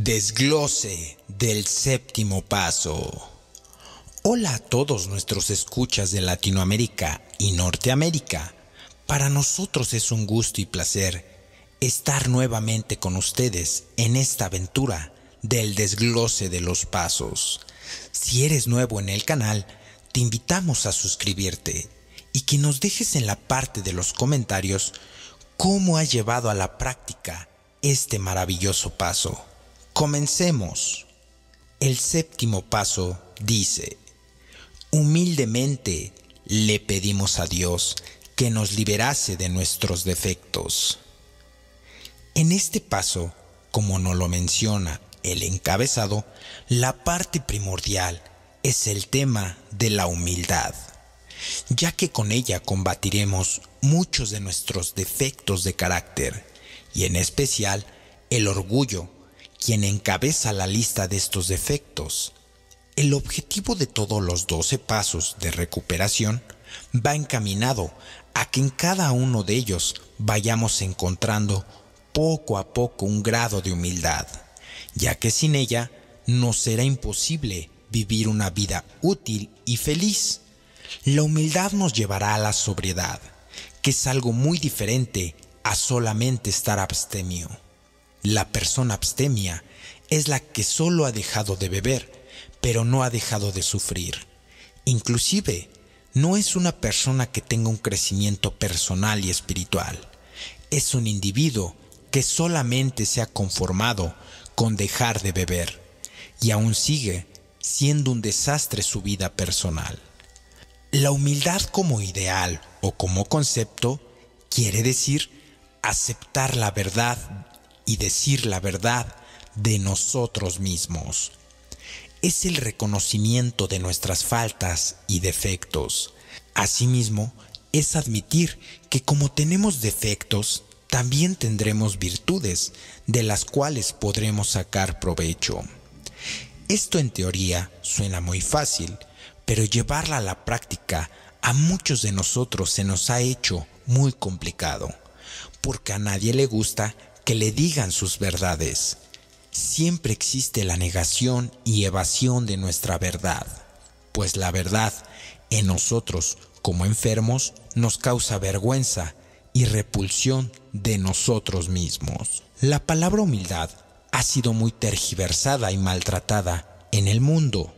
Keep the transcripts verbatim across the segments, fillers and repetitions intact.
Desglose del séptimo paso. Hola a todos nuestros escuchas de Latinoamérica y Norteamérica. Para nosotros es un gusto y placer estar nuevamente con ustedes en esta aventura del desglose de los pasos. Si eres nuevo en el canal, te invitamos a suscribirte y que nos dejes en la parte de los comentarios cómo has llevado a la práctica este maravilloso paso. Comencemos. El séptimo paso dice: humildemente le pedimos a Dios que nos liberase de nuestros defectos. En este paso, como nos lo menciona el encabezado, la parte primordial es el tema de la humildad, ya que con ella combatiremos muchos de nuestros defectos de carácter, y en especial el orgullo, quien encabeza la lista de estos defectos. El objetivo de todos los doce pasos de recuperación va encaminado a que en cada uno de ellos vayamos encontrando poco a poco un grado de humildad, ya que sin ella nos será imposible vivir una vida útil y feliz. La humildad nos llevará a la sobriedad, que es algo muy diferente a solamente estar abstemio. La persona abstemia es la que solo ha dejado de beber, pero no ha dejado de sufrir. Inclusive, no es una persona que tenga un crecimiento personal y espiritual. Es un individuo que solamente se ha conformado con dejar de beber, y aún sigue siendo un desastre su vida personal. La humildad como ideal o como concepto quiere decir aceptar la verdad y decir la verdad de nosotros mismos. Es el reconocimiento de nuestras faltas y defectos. Asimismo, es admitir que como tenemos defectos, también tendremos virtudes de las cuales podremos sacar provecho. Esto en teoría suena muy fácil, pero llevarla a la práctica a muchos de nosotros se nos ha hecho muy complicado, porque a nadie le gusta que le digan sus verdades. Siempre existe la negación y evasión de nuestra verdad, pues la verdad en nosotros como enfermos nos causa vergüenza y repulsión de nosotros mismos. La palabra humildad ha sido muy tergiversada y maltratada en el mundo,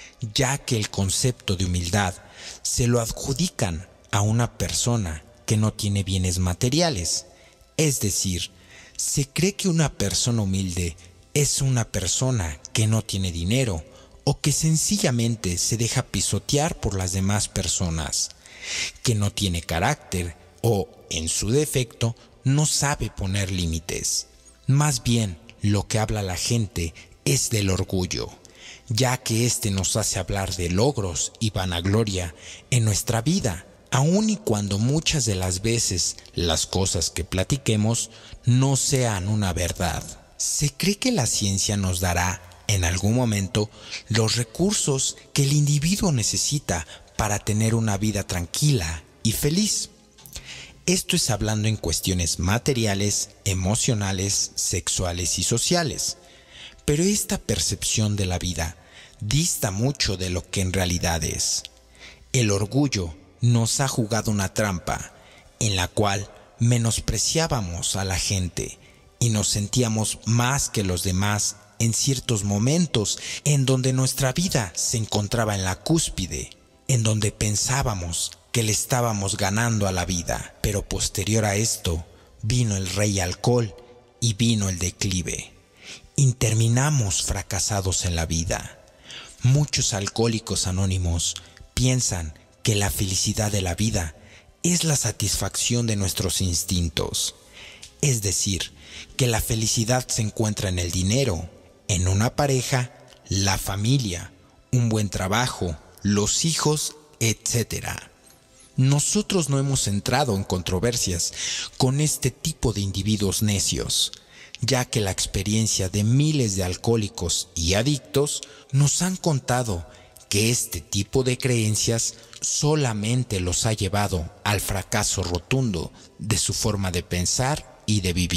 ya que el concepto de humildad se lo adjudican a una persona que no tiene bienes materiales, es decir, se cree que una persona humilde es una persona que no tiene dinero o que sencillamente se deja pisotear por las demás personas, que no tiene carácter o, en su defecto, no sabe poner límites. Más bien, lo que habla la gente es del orgullo, ya que éste nos hace hablar de logros y vanagloria en nuestra vida, aun y cuando muchas de las veces las cosas que platiquemos no sean una verdad. Se cree que la ciencia nos dará, en algún momento, los recursos que el individuo necesita para tener una vida tranquila y feliz. Esto es hablando en cuestiones materiales, emocionales, sexuales y sociales. Pero esta percepción de la vida dista mucho de lo que en realidad es. El orgullo nos ha jugado una trampa en la cual menospreciábamos a la gente y nos sentíamos más que los demás en ciertos momentos en donde nuestra vida se encontraba en la cúspide, en donde pensábamos que le estábamos ganando a la vida. Pero posterior a esto vino el rey alcohol y vino el declive. Y terminamos fracasados en la vida. Muchos alcohólicos anónimos piensan que la felicidad de la vida es la satisfacción de nuestros instintos. Es decir, que la felicidad se encuentra en el dinero, en una pareja, la familia, un buen trabajo, los hijos, etcétera. Nosotros no hemos entrado en controversias con este tipo de individuos necios, ya que la experiencia de miles de alcohólicos y adictos nos han contado que este tipo de creencias solamente los ha llevado al fracaso rotundo de su forma de pensar y de vivir.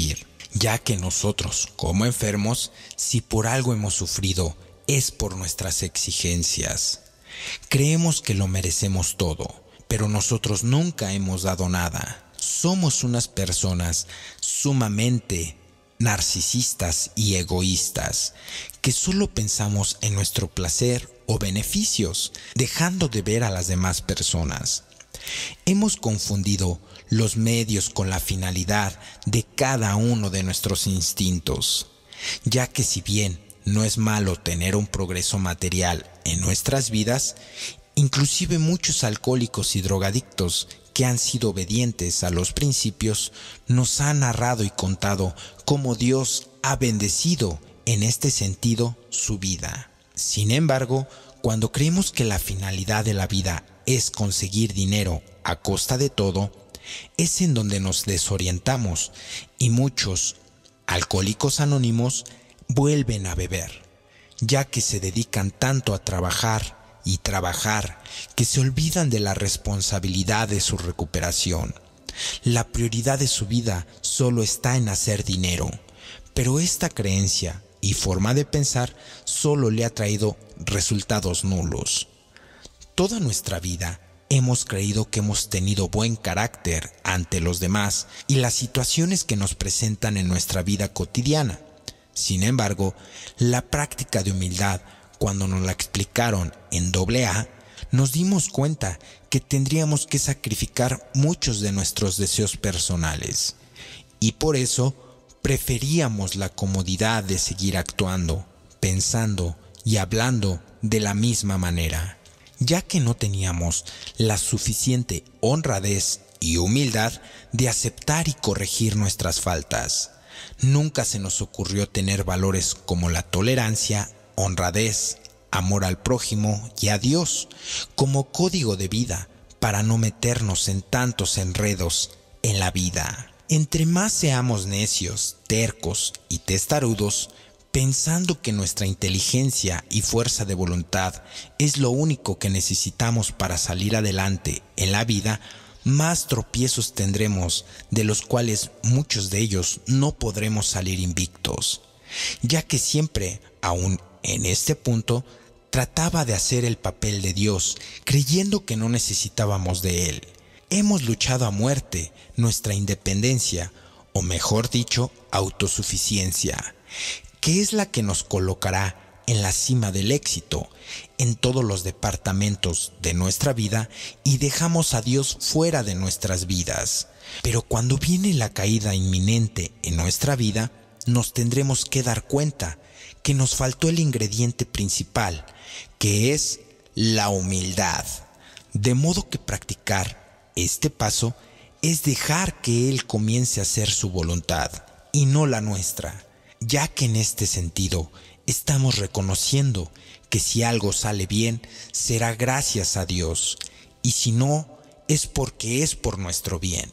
ya que nosotros, como enfermos, si por algo hemos sufrido, es por nuestras exigencias. Creemos que lo merecemos todo, pero nosotros nunca hemos dado nada. Somos unas personas sumamente narcisistas y egoístas, que solo pensamos en nuestro placer o beneficios, dejando de ver a las demás personas. Hemos confundido los medios con la finalidad de cada uno de nuestros instintos, ya que si bien no es malo tener un progreso material en nuestras vidas, inclusive muchos alcohólicos y drogadictos que han sido obedientes a los principios nos han narrado y contado cómo Dios ha bendecido en este sentido su vida. Sin embargo, cuando creemos que la finalidad de la vida es conseguir dinero a costa de todo, es en donde nos desorientamos y muchos alcohólicos anónimos vuelven a beber, ya que se dedican tanto a trabajar y trabajar que se olvidan de la responsabilidad de su recuperación. La prioridad de su vida solo está en hacer dinero, pero esta creencia y forma de pensar solo le ha traído resultados nulos. Toda nuestra vida hemos creído que hemos tenido buen carácter ante los demás y las situaciones que nos presentan en nuestra vida cotidiana. Sin embargo, la práctica de humildad, cuando nos la explicaron en doble A, nos dimos cuenta que tendríamos que sacrificar muchos de nuestros deseos personales. Y por eso preferíamos la comodidad de seguir actuando, pensando y hablando de la misma manera, ya que no teníamos la suficiente honradez y humildad de aceptar y corregir nuestras faltas. Nunca se nos ocurrió tener valores como la tolerancia, honradez, amor al prójimo y a Dios como código de vida para no meternos en tantos enredos en la vida. Entre más seamos necios, tercos y testarudos, pensando que nuestra inteligencia y fuerza de voluntad es lo único que necesitamos para salir adelante en la vida, más tropiezos tendremos, de los cuales muchos de ellos no podremos salir invictos, ya que siempre, aún en este punto, trataba de hacer el papel de Dios, creyendo que no necesitábamos de Él. Hemos luchado a muerte nuestra independencia, o mejor dicho, autosuficiencia, que es la que nos colocará en la cima del éxito en todos los departamentos de nuestra vida y dejamos a Dios fuera de nuestras vidas. Pero cuando viene la caída inminente en nuestra vida, nos tendremos que dar cuenta que nos faltó el ingrediente principal, que es la humildad. De modo que practicar este paso es dejar que Él comience a hacer su voluntad y no la nuestra, ya que en este sentido estamos reconociendo que si algo sale bien, será gracias a Dios, y si no, es porque es por nuestro bien.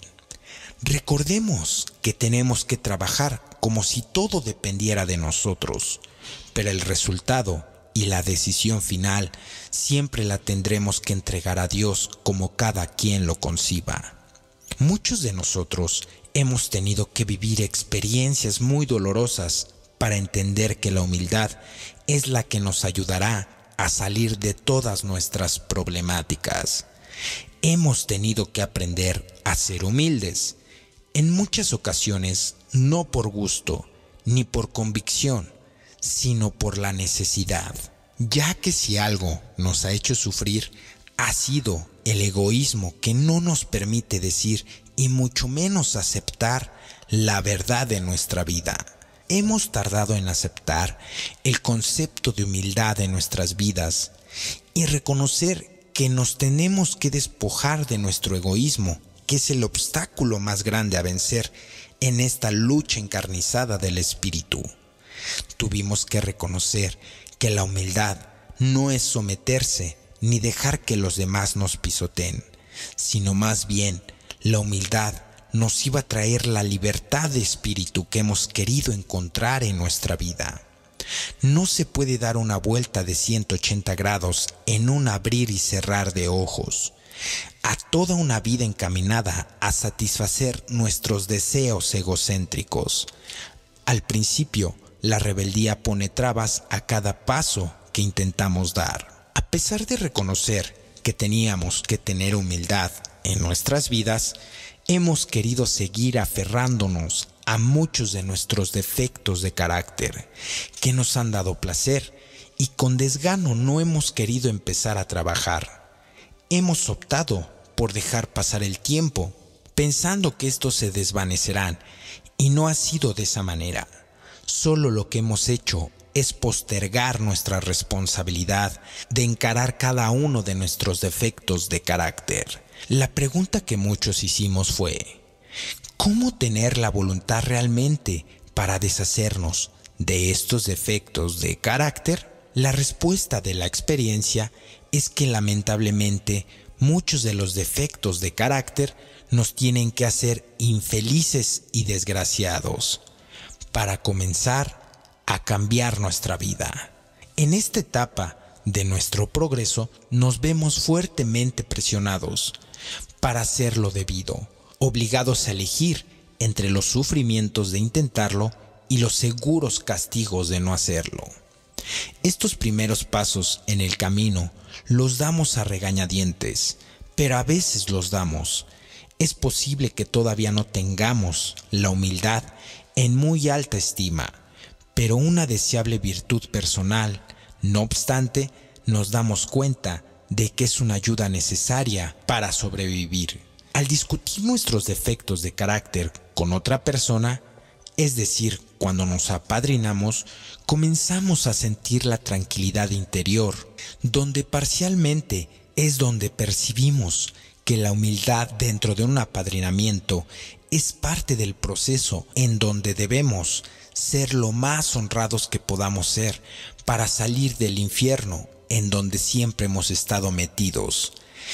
Recordemos que tenemos que trabajar como si todo dependiera de nosotros, pero el resultado y la decisión final siempre la tendremos que entregar a Dios como cada quien lo conciba. Muchos de nosotros hemos tenido que vivir experiencias muy dolorosas para entender que la humildad es la que nos ayudará a salir de todas nuestras problemáticas. Hemos tenido que aprender a ser humildes, en muchas ocasiones no por gusto ni por convicción, sino por la necesidad, ya que si algo nos ha hecho sufrir, ha sido el egoísmo que no nos permite decir y mucho menos aceptar la verdad de nuestra vida. Hemos tardado en aceptar el concepto de humildad en nuestras vidas y reconocer que nos tenemos que despojar de nuestro egoísmo, que es el obstáculo más grande a vencer en esta lucha encarnizada del espíritu. Tuvimos que reconocer que la humildad no es someterse ni dejar que los demás nos pisoteen, sino más bien la humildad nos iba a traer la libertad de espíritu que hemos querido encontrar en nuestra vida. No se puede dar una vuelta de ciento ochenta grados en un abrir y cerrar de ojos. a toda una vida encaminada a satisfacer nuestros deseos egocéntricos. Al principio, la rebeldía pone trabas a cada paso que intentamos dar. A pesar de reconocer que teníamos que tener humildad en nuestras vidas, hemos querido seguir aferrándonos a muchos de nuestros defectos de carácter que nos han dado placer y con desgano no hemos querido empezar a trabajar. Hemos optado por dejar pasar el tiempo pensando que estos se desvanecerán y no ha sido de esa manera. Solo lo que hemos hecho es postergar nuestra responsabilidad de encarar cada uno de nuestros defectos de carácter. La pregunta que muchos hicimos fue: ¿cómo tener la voluntad realmente para deshacernos de estos defectos de carácter? La respuesta de la experiencia es que lamentablemente muchos de los defectos de carácter nos tienen que hacer infelices y desgraciados para comenzar a cambiar nuestra vida. En esta etapa de nuestro progreso nos vemos fuertemente presionados para hacer lo debido, obligados a elegir entre los sufrimientos de intentarlo y los seguros castigos de no hacerlo. Estos primeros pasos en el camino los damos a regañadientes, pero a veces los damos. Es posible que todavía no tengamos la humildad en muy alta estima, pero una deseable virtud personal. No obstante, nos damos cuenta de que es una ayuda necesaria para sobrevivir. Al discutir nuestros defectos de carácter con otra persona, es decir, cuando nos apadrinamos, comenzamos a sentir la tranquilidad interior, donde parcialmente es donde percibimos que la humildad dentro de un apadrinamiento es parte del proceso en donde debemos ser lo más honrados que podamos ser para salir del infierno en donde siempre hemos estado metidos.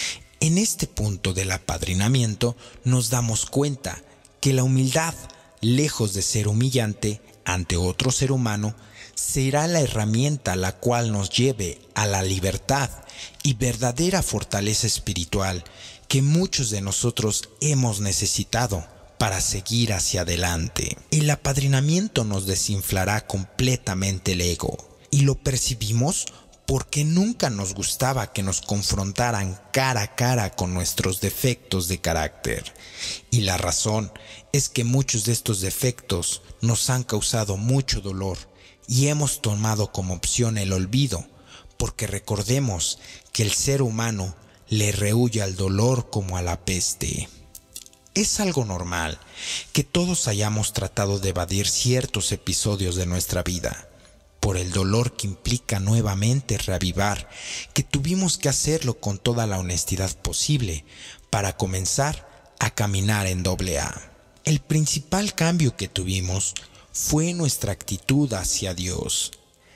En este punto del apadrinamiento nos damos cuenta que la humildad, lejos de ser humillante ante otro ser humano, será la herramienta la cual nos lleve a la libertad y verdadera fortaleza espiritual que muchos de nosotros hemos necesitado para seguir hacia adelante. El apadrinamiento nos desinflará completamente el ego y lo percibimos porque nunca nos gustaba que nos confrontaran cara a cara con nuestros defectos de carácter. Y la razón es que muchos de estos defectos nos han causado mucho dolor y hemos tomado como opción el olvido, porque recordemos que el ser humano le rehúye al dolor como a la peste. Es algo normal que todos hayamos tratado de evadir ciertos episodios de nuestra vida, por el dolor que implica nuevamente reavivar, que tuvimos que hacerlo con toda la honestidad posible para comenzar a caminar en doble A. El principal cambio que tuvimos fue nuestra actitud hacia Dios,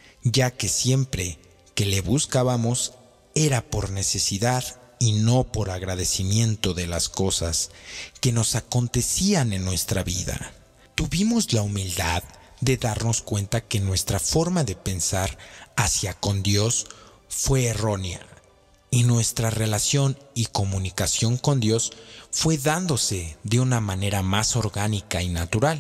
ya que siempre que le buscábamos era por necesidad y no por agradecimiento de las cosas que nos acontecían en nuestra vida. Tuvimos la humildad de darnos cuenta que nuestra forma de pensar hacia con Dios fue errónea y nuestra relación y comunicación con Dios fue dándose de una manera más orgánica y natural,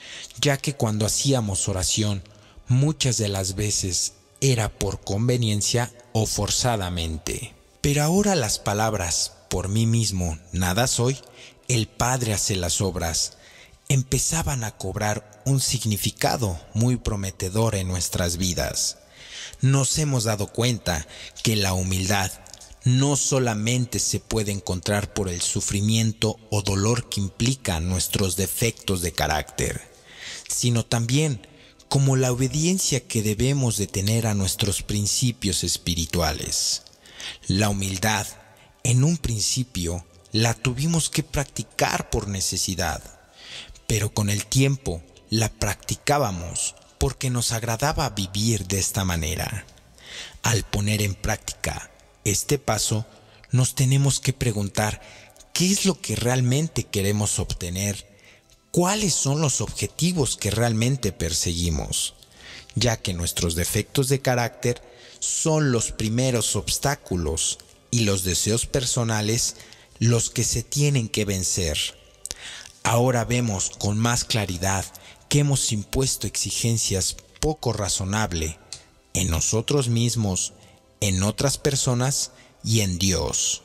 ya que cuando hacíamos oración muchas de las veces era por conveniencia o forzadamente. Pero ahora las palabras "por mí mismo nada soy, el Padre hace las obras" empezaban a cobrar un significado muy prometedor en nuestras vidas. Nos hemos dado cuenta que la humildad no solamente se puede encontrar por el sufrimiento o dolor que implican nuestros defectos de carácter, sino también como la obediencia que debemos de tener a nuestros principios espirituales. La humildad, en un principio, la tuvimos que practicar por necesidad, pero con el tiempo la practicábamos porque nos agradaba vivir de esta manera. Al poner en práctica este paso, nos tenemos que preguntar qué es lo que realmente queremos obtener, cuáles son los objetivos que realmente perseguimos, ya que nuestros defectos de carácter son los primeros obstáculos y los deseos personales los que se tienen que vencer. Ahora vemos con más claridad que hemos impuesto exigencias poco razonables en nosotros mismos, en otras personas y en Dios.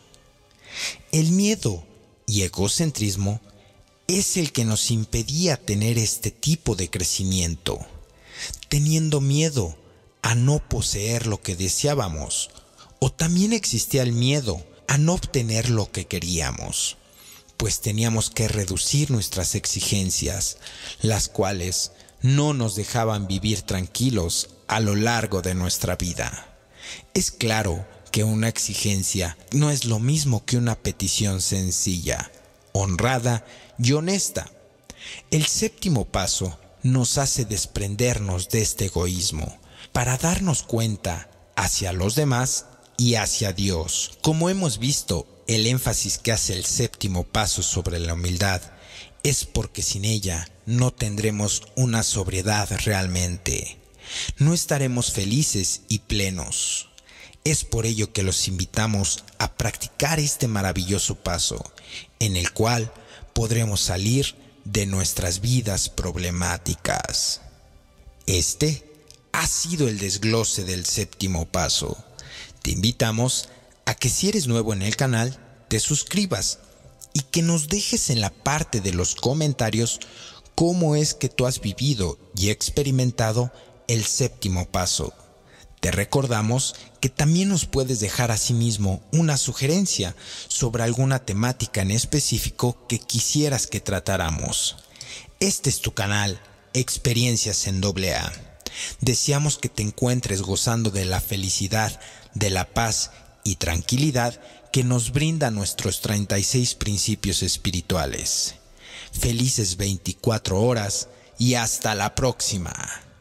El miedo y egocentrismo es el que nos impedía tener este tipo de crecimiento, teniendo miedo a no poseer lo que deseábamos, o también existía el miedo a no obtener lo que queríamos, pues teníamos que reducir nuestras exigencias, las cuales no nos dejaban vivir tranquilos a lo largo de nuestra vida. Es claro que una exigencia no es lo mismo que una petición sencilla, honrada y honesta. El séptimo paso nos hace desprendernos de este egoísmo para darnos cuenta hacia los demás y hacia Dios. Como hemos visto, el énfasis que hace el séptimo paso sobre la humildad es porque sin ella no tendremos una sobriedad realmente. No estaremos felices y plenos. Es por ello que los invitamos a practicar este maravilloso paso, en el cual podremos salir de nuestras vidas problemáticas. Este ha sido el desglose del séptimo paso. Te invitamos a que si eres nuevo en el canal, te suscribas y que nos dejes en la parte de los comentarios cómo es que tú has vivido y experimentado el séptimo paso. Te recordamos que también nos puedes dejar asimismo una sugerencia sobre alguna temática en específico que quisieras que tratáramos. Este es tu canal, Experiencias en doble A. Deseamos que te encuentres gozando de la felicidad, de la paz y tranquilidad que nos brinda nuestros treinta y seis principios espirituales. Felices veinticuatro horas y hasta la próxima.